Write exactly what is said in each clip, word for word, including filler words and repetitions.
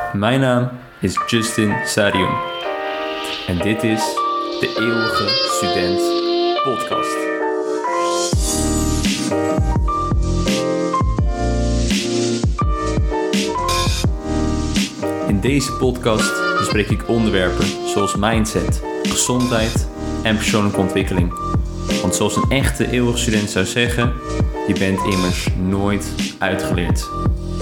Mijn naam is Justin Sarion en dit is de Eeuwige Student Podcast. In deze podcast bespreek ik onderwerpen zoals mindset, gezondheid en persoonlijke ontwikkeling. Want zoals een echte eeuwige student zou zeggen, je bent immers nooit uitgeleerd.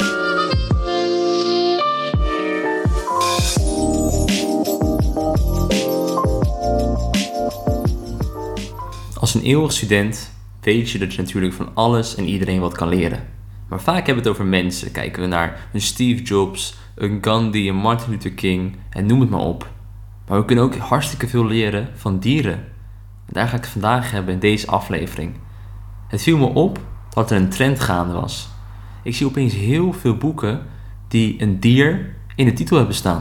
Als een eeuwig student weet je dat je natuurlijk van alles en iedereen wat kan leren. Maar vaak hebben we het over mensen. Kijken we naar een Steve Jobs, een Gandhi, een Martin Luther King en noem het maar op. Maar we kunnen ook hartstikke veel leren van dieren. En daar ga ik het vandaag hebben in deze aflevering. Het viel me op dat er een trend gaande was. Ik zie opeens heel veel boeken die een dier in de titel hebben staan.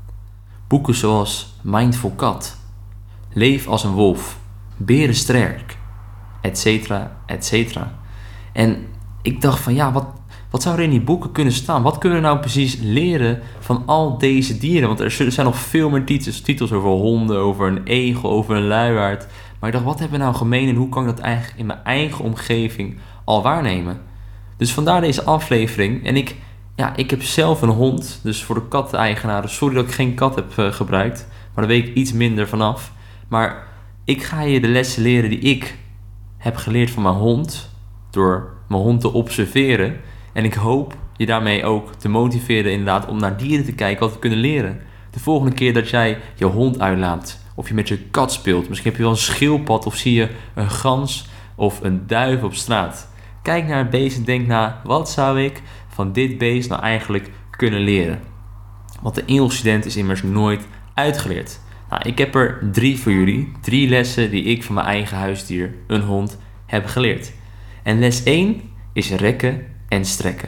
Boeken zoals Mindful Cat, Leef als een wolf, Berensterk, et cetera, et cetera. En ik dacht van ja, wat, wat zou er in die boeken kunnen staan? Wat kunnen we nou precies leren van al deze dieren? Want er zijn nog veel meer titels, titels over honden, over een egel, over een luiaard. Maar ik dacht, wat hebben we nou gemeen en hoe kan ik dat eigenlijk in mijn eigen omgeving al waarnemen? Dus vandaar deze aflevering. En ik, ja, ik heb zelf een hond, dus voor de kat-eigenaren, sorry dat ik geen kat heb uh, gebruikt, maar daar weet ik iets minder vanaf. Maar ik ga je de lessen leren die ik heb geleerd van mijn hond, door mijn hond te observeren. En ik hoop je daarmee ook te motiveren inderdaad om naar dieren te kijken wat we kunnen leren. De volgende keer dat jij je hond uitlaat, of je met je kat speelt, misschien heb je wel een schildpad of zie je een gans of een duif op straat. Kijk naar het beest en denk na, wat zou ik van dit beest nou eigenlijk kunnen leren? Want de eeuwige student is immers nooit uitgeleerd. Nou, ik heb er drie voor jullie. Drie lessen die ik van mijn eigen huisdier, een hond, heb geleerd. En les één is rekken en strekken.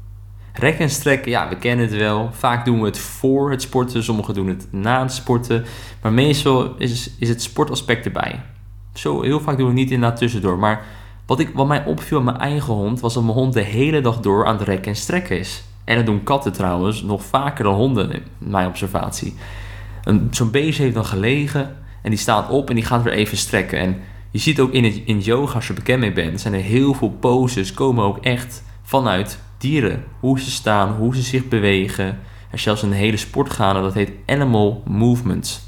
Rekken en strekken, ja, we kennen het wel. Vaak doen we het voor het sporten, sommigen doen het na het sporten. Maar meestal is, is het sportaspect erbij. Zo heel vaak doen we het niet inderdaad tussendoor. Maar wat, ik, wat mij opviel aan mijn eigen hond, was dat mijn hond de hele dag door aan het rekken en strekken is. En dat doen katten trouwens nog vaker dan honden, in mijn observatie. Een, zo'n beestje heeft dan gelegen en die staat op en die gaat weer even strekken. En je ziet ook in, het, in yoga, als je er bekend mee bent, zijn er heel veel poses, komen ook echt vanuit dieren. Hoe ze staan, hoe ze zich bewegen. Er is zelfs een hele sport gaande, dat heet animal movements.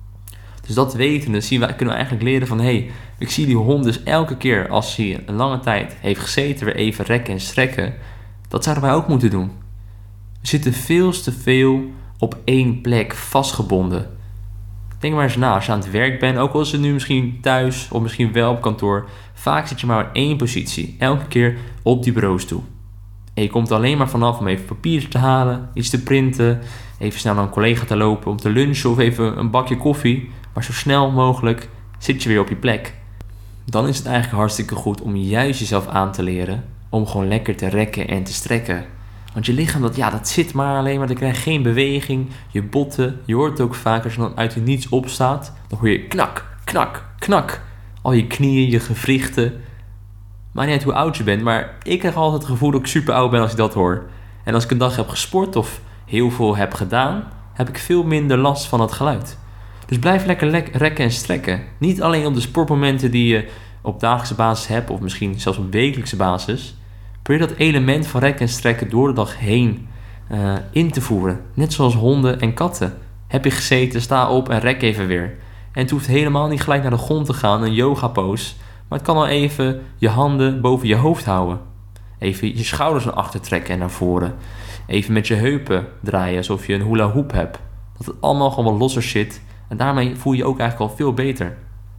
Dus dat wetende zien we, kunnen we eigenlijk leren van, hé, hey, ik zie die hond dus elke keer als hij een lange tijd heeft gezeten, weer even rekken en strekken. Dat zouden wij ook moeten doen. We zitten veel te veel op één plek vastgebonden. Denk maar eens na, als je aan het werk bent, ook al is het nu misschien thuis of misschien wel op kantoor, vaak zit je maar in één positie, elke keer op die bureaustoel. En je komt er alleen maar vanaf om even papier te halen, iets te printen, even snel naar een collega te lopen om te lunchen of even een bakje koffie, maar zo snel mogelijk zit je weer op je plek. Dan is het eigenlijk hartstikke goed om juist jezelf aan te leren om gewoon lekker te rekken en te strekken. Want je lichaam, dat, ja, dat zit maar alleen maar, dan krijg je geen beweging. Je botten, je hoort het ook vaak als je dan uit het niets opstaat. Dan hoor je knak, knak, knak. Al je knieën, je gewrichten. Maakt niet uit hoe oud je bent, maar ik krijg altijd het gevoel dat ik super oud ben als ik dat hoor. En als ik een dag heb gesport of heel veel heb gedaan, heb ik veel minder last van het geluid. Dus blijf lekker lek- rekken en strekken. Niet alleen op de sportmomenten die je op dagelijkse basis hebt, of misschien zelfs op wekelijkse basis. Probeer dat element van rekken en strekken door de dag heen uh, in te voeren. Net zoals honden en katten. Heb je gezeten, sta op en rek even weer. En het hoeft helemaal niet gelijk naar de grond te gaan, een yoga pose. Maar het kan al even je handen boven je hoofd houden. Even je schouders naar achter trekken en naar voren. Even met je heupen draaien alsof je een hula hoop hebt. Dat het allemaal gewoon wat losser zit. En daarmee voel je je ook eigenlijk al veel beter.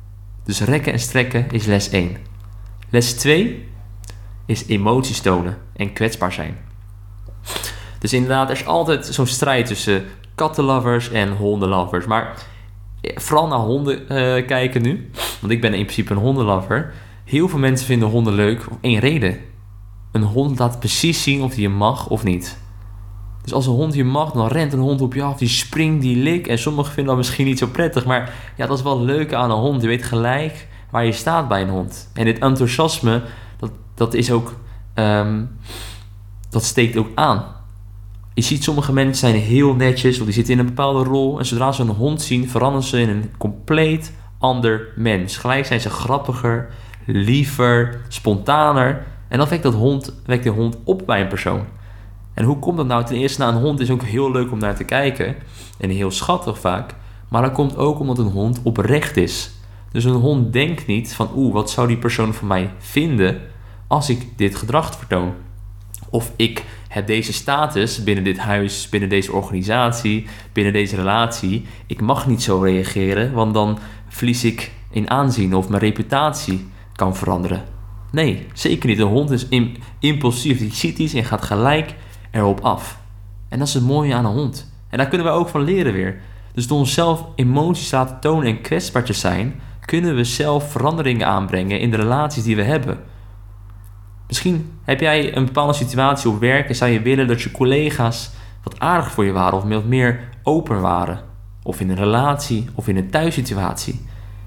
Dus rekken en strekken is les één. Les twee is emoties tonen en kwetsbaar zijn. Dus inderdaad, er is altijd zo'n strijd tussen kattenlovers en hondenlovers. Maar vooral naar honden uh, kijken nu, want ik ben in principe een hondenlover. Heel veel mensen vinden honden leuk om één reden. Een hond laat precies zien of hij je mag of niet. Dus als een hond je mag, dan rent een hond op je af, die springt, die likt. En sommigen vinden dat misschien niet zo prettig, maar ja, dat is wel leuk aan een hond. Je weet gelijk waar je staat bij een hond. En dit enthousiasme, dat, dat is ook, um, dat steekt ook aan. Je ziet sommige mensen zijn heel netjes, of die zitten in een bepaalde rol. En zodra ze een hond zien, veranderen ze in een compleet ander mens. Gelijk zijn ze grappiger, liever, spontaner. En dat wekt, dat hond, wekt de hond op bij een persoon. En hoe komt dat nou? Ten eerste, nou, een hond is ook heel leuk om naar te kijken. En heel schattig vaak. Maar dat komt ook omdat een hond oprecht is. Dus een hond denkt niet van, oeh, wat zou die persoon van mij vinden als ik dit gedrag vertoon? Of ik heb deze status binnen dit huis, binnen deze organisatie, binnen deze relatie. Ik mag niet zo reageren, want dan verlies ik in aanzien of mijn reputatie kan veranderen. Nee, zeker niet. Een hond is im- impulsief. Die ziet iets en gaat gelijk erop af. En dat is het mooie aan een hond. En daar kunnen we ook van leren weer. Dus door onszelf emoties te laten tonen en kwetsbaar te zijn, kunnen we zelf veranderingen aanbrengen in de relaties die we hebben. Misschien heb jij een bepaalde situatie op werk en zou je willen dat je collega's wat aardig voor je waren of wat meer open waren. Of in een relatie of in een thuissituatie.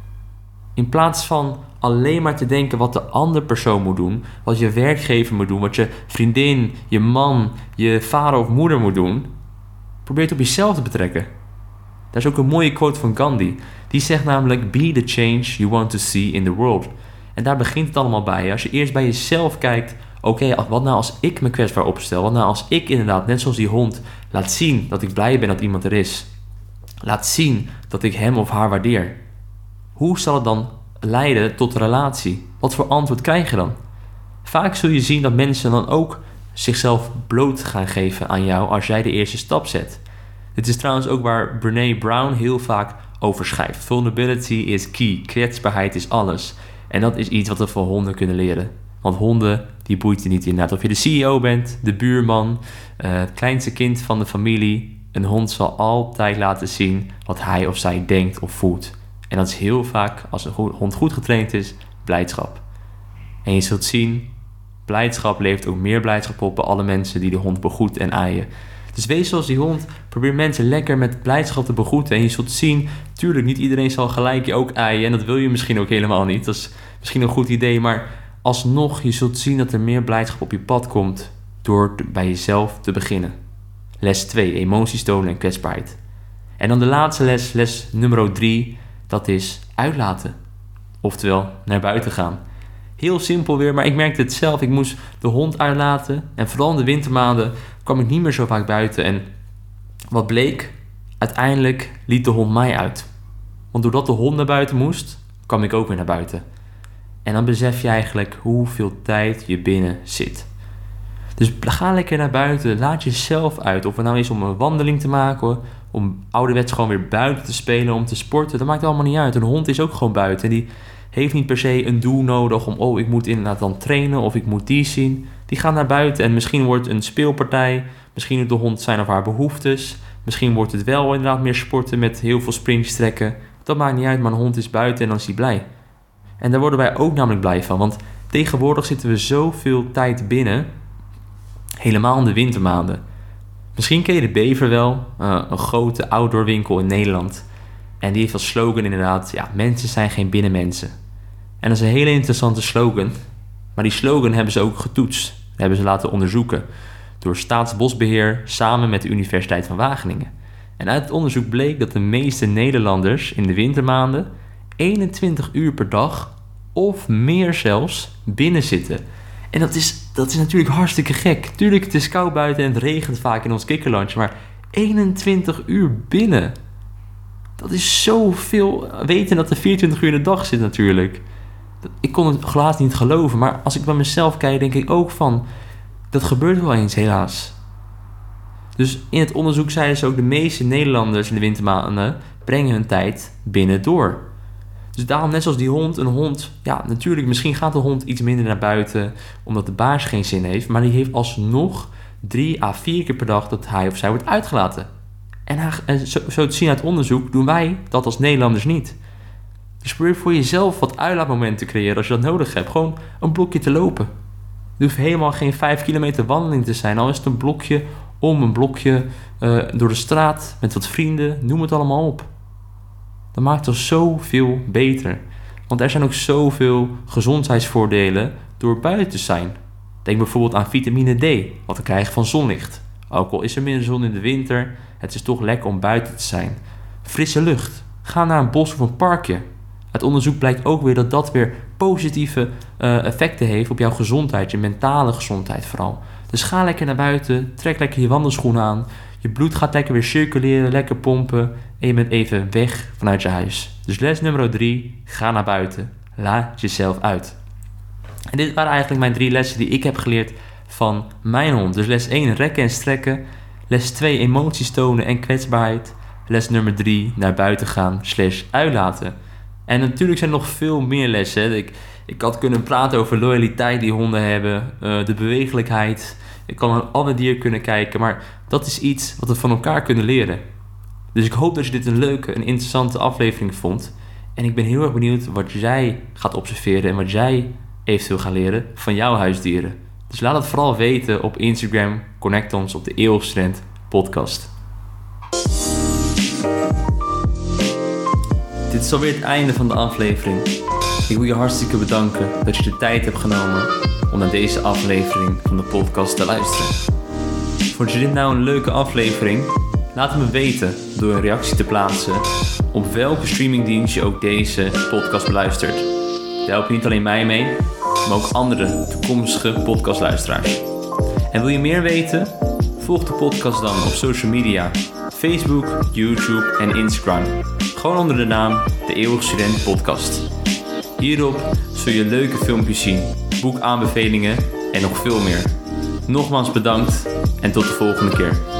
In plaats van alleen maar te denken wat de andere persoon moet doen, wat je werkgever moet doen, wat je vriendin, je man, je vader of moeder moet doen, probeer het op jezelf te betrekken. Daar is ook een mooie quote van Gandhi. Die zegt namelijk, be the change you want to see in the world. En daar begint het allemaal bij. Als je eerst bij jezelf kijkt, oké, okay, wat nou als ik me kwetsbaar opstel? Wat nou als ik inderdaad, net zoals die hond, laat zien dat ik blij ben dat iemand er is? Laat zien dat ik hem of haar waardeer. Hoe zal het dan leiden tot een relatie? Wat voor antwoord krijg je dan? Vaak zul je zien dat mensen dan ook zichzelf bloot gaan geven aan jou als jij de eerste stap zet. Dit is trouwens ook waar Brené Brown heel vaak over schrijft. Vulnerability is key. Kwetsbaarheid is alles. En dat is iets wat we van honden kunnen leren. Want honden, die boeit je niet inderdaad. Of je de C E O bent, de buurman, uh, het kleinste kind van de familie. Een hond zal altijd laten zien wat hij of zij denkt of voelt. En dat is heel vaak, als een hond goed getraind is, blijdschap. En je zult zien, blijdschap levert ook meer blijdschap op bij alle mensen die de hond begroeten en aaien. Dus wees zoals die hond, probeer mensen lekker met blijdschap te begroeten. En je zult zien, tuurlijk niet iedereen zal gelijk je ook aaien. En dat wil je misschien ook helemaal niet. Dat is misschien een goed idee, maar alsnog, je zult zien dat er meer blijdschap op je pad komt door bij jezelf te beginnen. Les twee, emoties tonen en kwetsbaarheid. En dan de laatste les, les nummer drie, dat is uitlaten. Oftewel, naar buiten gaan. Heel simpel weer, maar ik merkte het zelf. Ik moest de hond uitlaten. En vooral in de wintermaanden kwam ik niet meer zo vaak buiten. En wat bleek? Uiteindelijk liet de hond mij uit. Want doordat de hond naar buiten moest, kwam ik ook weer naar buiten. En dan besef je eigenlijk hoeveel tijd je binnen zit. Dus ga lekker naar buiten. Laat jezelf uit. Of het nou is om een wandeling te maken, om ouderwets gewoon weer buiten te spelen, om te sporten. Dat maakt allemaal niet uit. Een hond is ook gewoon buiten. En die heeft niet per se een doel nodig om, oh, ik moet inderdaad dan trainen of ik moet die zien. Die gaat naar buiten en misschien wordt een speelpartij. Misschien doet de hond zijn of haar behoeftes. Misschien wordt het wel inderdaad meer sporten met heel veel sprintjes trekken. Dat maakt niet uit, maar een hond is buiten en dan is hij blij. En daar worden wij ook namelijk blij van. Want tegenwoordig zitten we zoveel tijd binnen. Helemaal in de wintermaanden. Misschien ken je de Bever wel. Uh, een grote outdoor winkel in Nederland. En die heeft als slogan inderdaad, ja, mensen zijn geen binnenmensen. En dat is een hele interessante slogan. Maar die slogan hebben ze ook getoetst. Dat hebben ze laten onderzoeken. Door Staatsbosbeheer samen met de Universiteit van Wageningen. En uit het onderzoek bleek dat de meeste Nederlanders in de wintermaanden eenentwintig uur per dag of meer zelfs binnen zitten. En dat is, dat is natuurlijk hartstikke gek. Tuurlijk, het is koud buiten en het regent vaak in ons kikkerlandje, maar eenentwintig uur binnen. Dat is zoveel, weten dat er vierentwintig uur in de dag zit natuurlijk. Ik kon het helaas niet geloven, maar als ik bij mezelf kijk, denk ik ook van, dat gebeurt wel eens helaas. Dus in het onderzoek zeiden ze ook, de meeste Nederlanders in de wintermaanden brengen hun tijd binnen door. Dus daarom, net zoals die hond, een hond, ja, natuurlijk, misschien gaat de hond iets minder naar buiten, omdat de baas geen zin heeft, maar die heeft alsnog drie à vier keer per dag dat hij of zij wordt uitgelaten. En, hij, en zo, zo te zien uit onderzoek doen wij dat als Nederlanders niet. Dus probeer voor jezelf wat uitlaatmomenten te creëren als je dat nodig hebt. Gewoon een blokje te lopen. Het hoeft helemaal geen vijf kilometer wandeling te zijn. Al is het een blokje om een blokje uh, door de straat met wat vrienden. Noem het allemaal op. Dat maakt het zoveel beter. Want er zijn ook zoveel gezondheidsvoordelen door buiten te zijn. Denk bijvoorbeeld aan vitamine D, wat we krijgen van zonlicht. Ook al is er minder zon in de winter, het is toch lekker om buiten te zijn. Frisse lucht. Ga naar een bos of een parkje. Uit onderzoek blijkt ook weer dat dat weer positieve uh, effecten heeft op jouw gezondheid, je mentale gezondheid vooral. Dus ga lekker naar buiten, trek lekker je wandelschoenen aan. Je bloed gaat lekker weer circuleren, lekker pompen. En je bent even weg vanuit je huis. Dus les nummer drie, ga naar buiten. Laat jezelf uit. En dit waren eigenlijk mijn drie lessen die ik heb geleerd van mijn hond. Dus les één, rekken en strekken. Les twee, emoties tonen en kwetsbaarheid. Les nummer drie, naar buiten gaan slash uitlaten. En natuurlijk zijn er nog veel meer lessen. Ik, ik had kunnen praten over loyaliteit die honden hebben, uh, de bewegelijkheid. Ik kan naar alle dieren kunnen kijken, maar dat is iets wat we van elkaar kunnen leren. Dus ik hoop dat je dit een leuke en interessante aflevering vond. En ik ben heel erg benieuwd wat jij gaat observeren en wat jij eventueel gaat leren van jouw huisdieren. Dus laat het vooral weten op Instagram. Connect ons op de Eeuwig Student podcast. Dit is alweer het einde van de aflevering. Ik wil je hartstikke bedanken dat je de tijd hebt genomen om naar deze aflevering van de podcast te luisteren. Vond je dit nou een leuke aflevering? Laat het me weten door een reactie te plaatsen op welke streamingdienst je ook deze podcast beluistert. Daar help je niet alleen mij mee, maar ook andere toekomstige podcastluisteraars. En wil je meer weten? Volg de podcast dan op social media, Facebook, YouTube en Instagram. Gewoon onder de naam De Eeuwig Student Podcast. Hierop zul je leuke filmpjes zien, boekaanbevelingen en nog veel meer. Nogmaals bedankt en tot de volgende keer.